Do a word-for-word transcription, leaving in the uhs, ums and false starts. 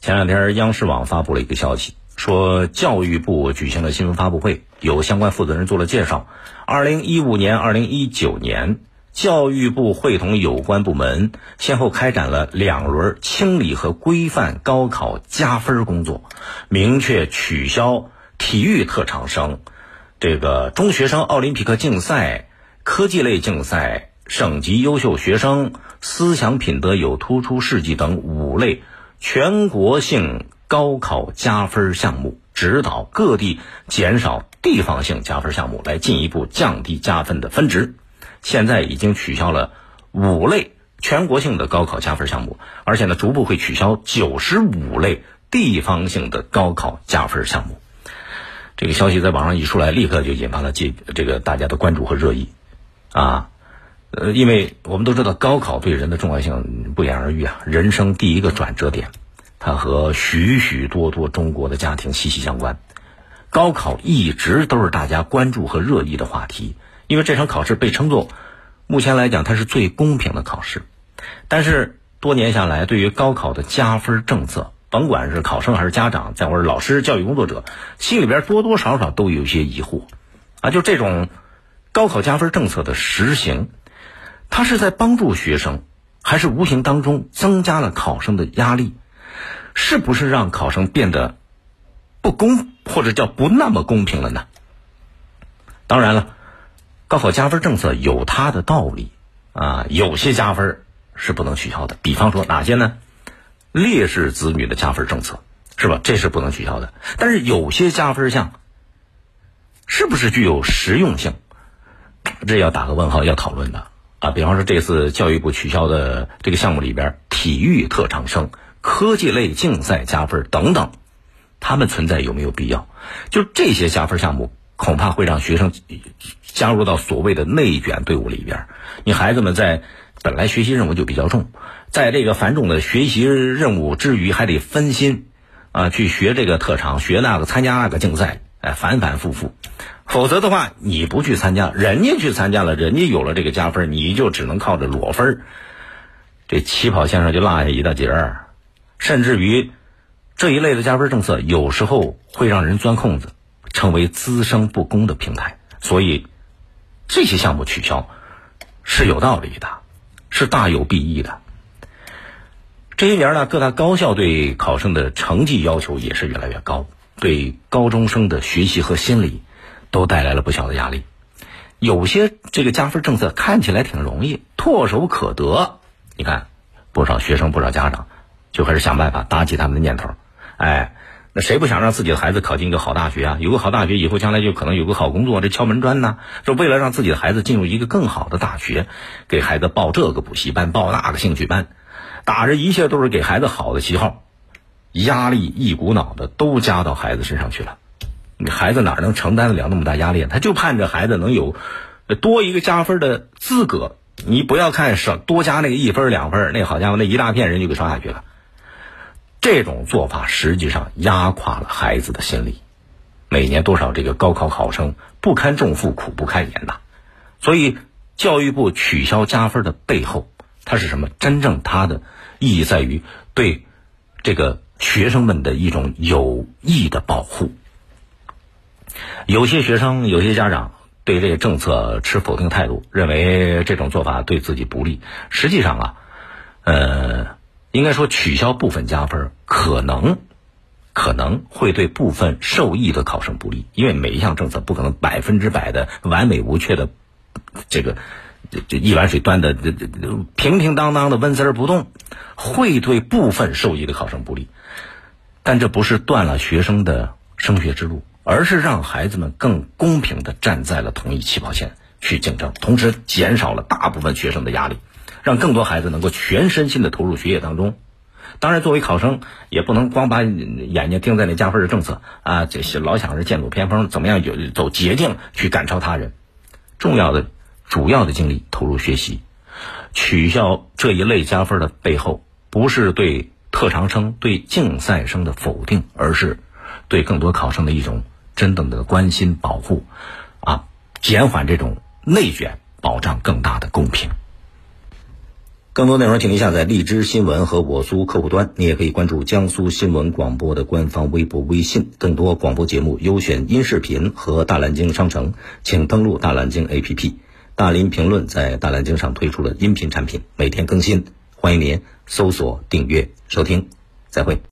前两天央视网发布了一个消息，说教育部举行了新闻发布会，有相关负责人做了介绍。二零一五年、二零一九年，教育部会同有关部门先后开展了两轮清理和规范高考加分工作，明确取消体育特长生、这个中学生奥林匹克竞赛、科技类竞赛、省级优秀学生、思想品德有突出事迹等五类全国性高考加分项目，指导各地减少地方性加分项目，来进一步降低加分的分值。现在已经取消了五类全国性的高考加分项目，而且呢，逐步会取消九十五类地方性的高考加分项目。这个消息在网上一出来，立刻就引发了这这个大家的关注和热议啊。呃，因为我们都知道高考对人的重要性不言而喻啊，人生第一个转折点，它和许许多多中国的家庭息息相关。高考一直都是大家关注和热议的话题，因为这场考试被称作目前来讲它是最公平的考试。但是多年下来，对于高考的加分政策，甭管是考生还是家长，再或者老师、教育工作者，心里边多多少少都有一些疑惑啊。就这种高考加分政策的实行，它是在帮助学生，还是无形当中增加了考生的压力？是不是让考生变得不公，或者叫不那么公平了呢？当然了，高考加分政策有它的道理啊，有些加分是不能取消的。比方说哪些呢？烈士子女的加分政策，是吧？这是不能取消的。但是有些加分项是不是具有实用性，这要打个问号，要讨论的啊。比方说这次教育部取消的这个项目里边，体育特长生、科技类竞赛加分等等，他们存在有没有必要？就这些加分项目恐怕会让学生加入到所谓的内卷队伍里边。你孩子们在本来学习任务就比较重，在这个繁重的学习任务之余，还得分心啊，去学这个特长，学那个，参加那个竞赛，哎，反反复复。否则的话，你不去参加，人家去参加了，人家有了这个加分，你就只能靠着裸分，这起跑线上就落下一大截儿。甚至于这一类的加分政策，有时候会让人钻空子，成为滋生不公的平台。所以这些项目取消是有道理的，是大有裨益的。这些年呢，各大高校对考生的成绩要求也是越来越高，对高中生的学习和心理都带来了不小的压力。有些这个加分政策看起来挺容易，唾手可得，你看不少学生不少家长就开始想办法打起他们的念头。哎，那谁不想让自己的孩子考进一个好大学啊？有个好大学以后将来就可能有个好工作，这敲门砖呢。就为了让自己的孩子进入一个更好的大学，给孩子报这个补习班，报那个兴趣班，打着一切都是给孩子好的旗号，压力一股脑的都加到孩子身上去了。你孩子哪能承担得了那么大压力？他就盼着孩子能有多一个加分的资格。你不要看少多加那个一分两分，那好家伙，那一大片人就给刷下去了。这种做法实际上压垮了孩子的心理。每年多少这个高考考生不堪重负，苦不堪言呐。所以教育部取消加分的背后，它是什么？真正它的意义在于对这个学生们的一种有益的保护。有些学生有些家长对这个政策持否定态度，认为这种做法对自己不利。实际上啊呃应该说取消部分加分可能可能会对部分受益的考生不利，因为每一项政策不可能百分之百的完美无缺的这个这一碗水端的这这平平当当的纹丝儿不动，会对部分受益的考生不利。但这不是断了学生的升学之路，而是让孩子们更公平地站在了同一起跑线去竞争，同时减少了大部分学生的压力，让更多孩子能够全身心地投入学业当中。当然作为考生也不能光把眼睛盯在那加分的政策啊，这些老想着剑走偏锋，怎么样有走捷径去赶超他人。重要的主要的精力投入学习。取消这一类加分的背后，不是对特长生对竞赛生的否定，而是对更多考生的一种真正的关心保护啊，减缓这种内卷，保障更大的公平。 更多内容请您下载荔枝新闻和我苏客户端，你也可以关注江苏新闻广播的官方微博微信，更多广播节目优选音视频和大蓝鲸商城，请登录大蓝鲸 A P P。 大林评论在大蓝鲸上推出了音频产品，每天更新，欢迎您搜索订阅收听，再会。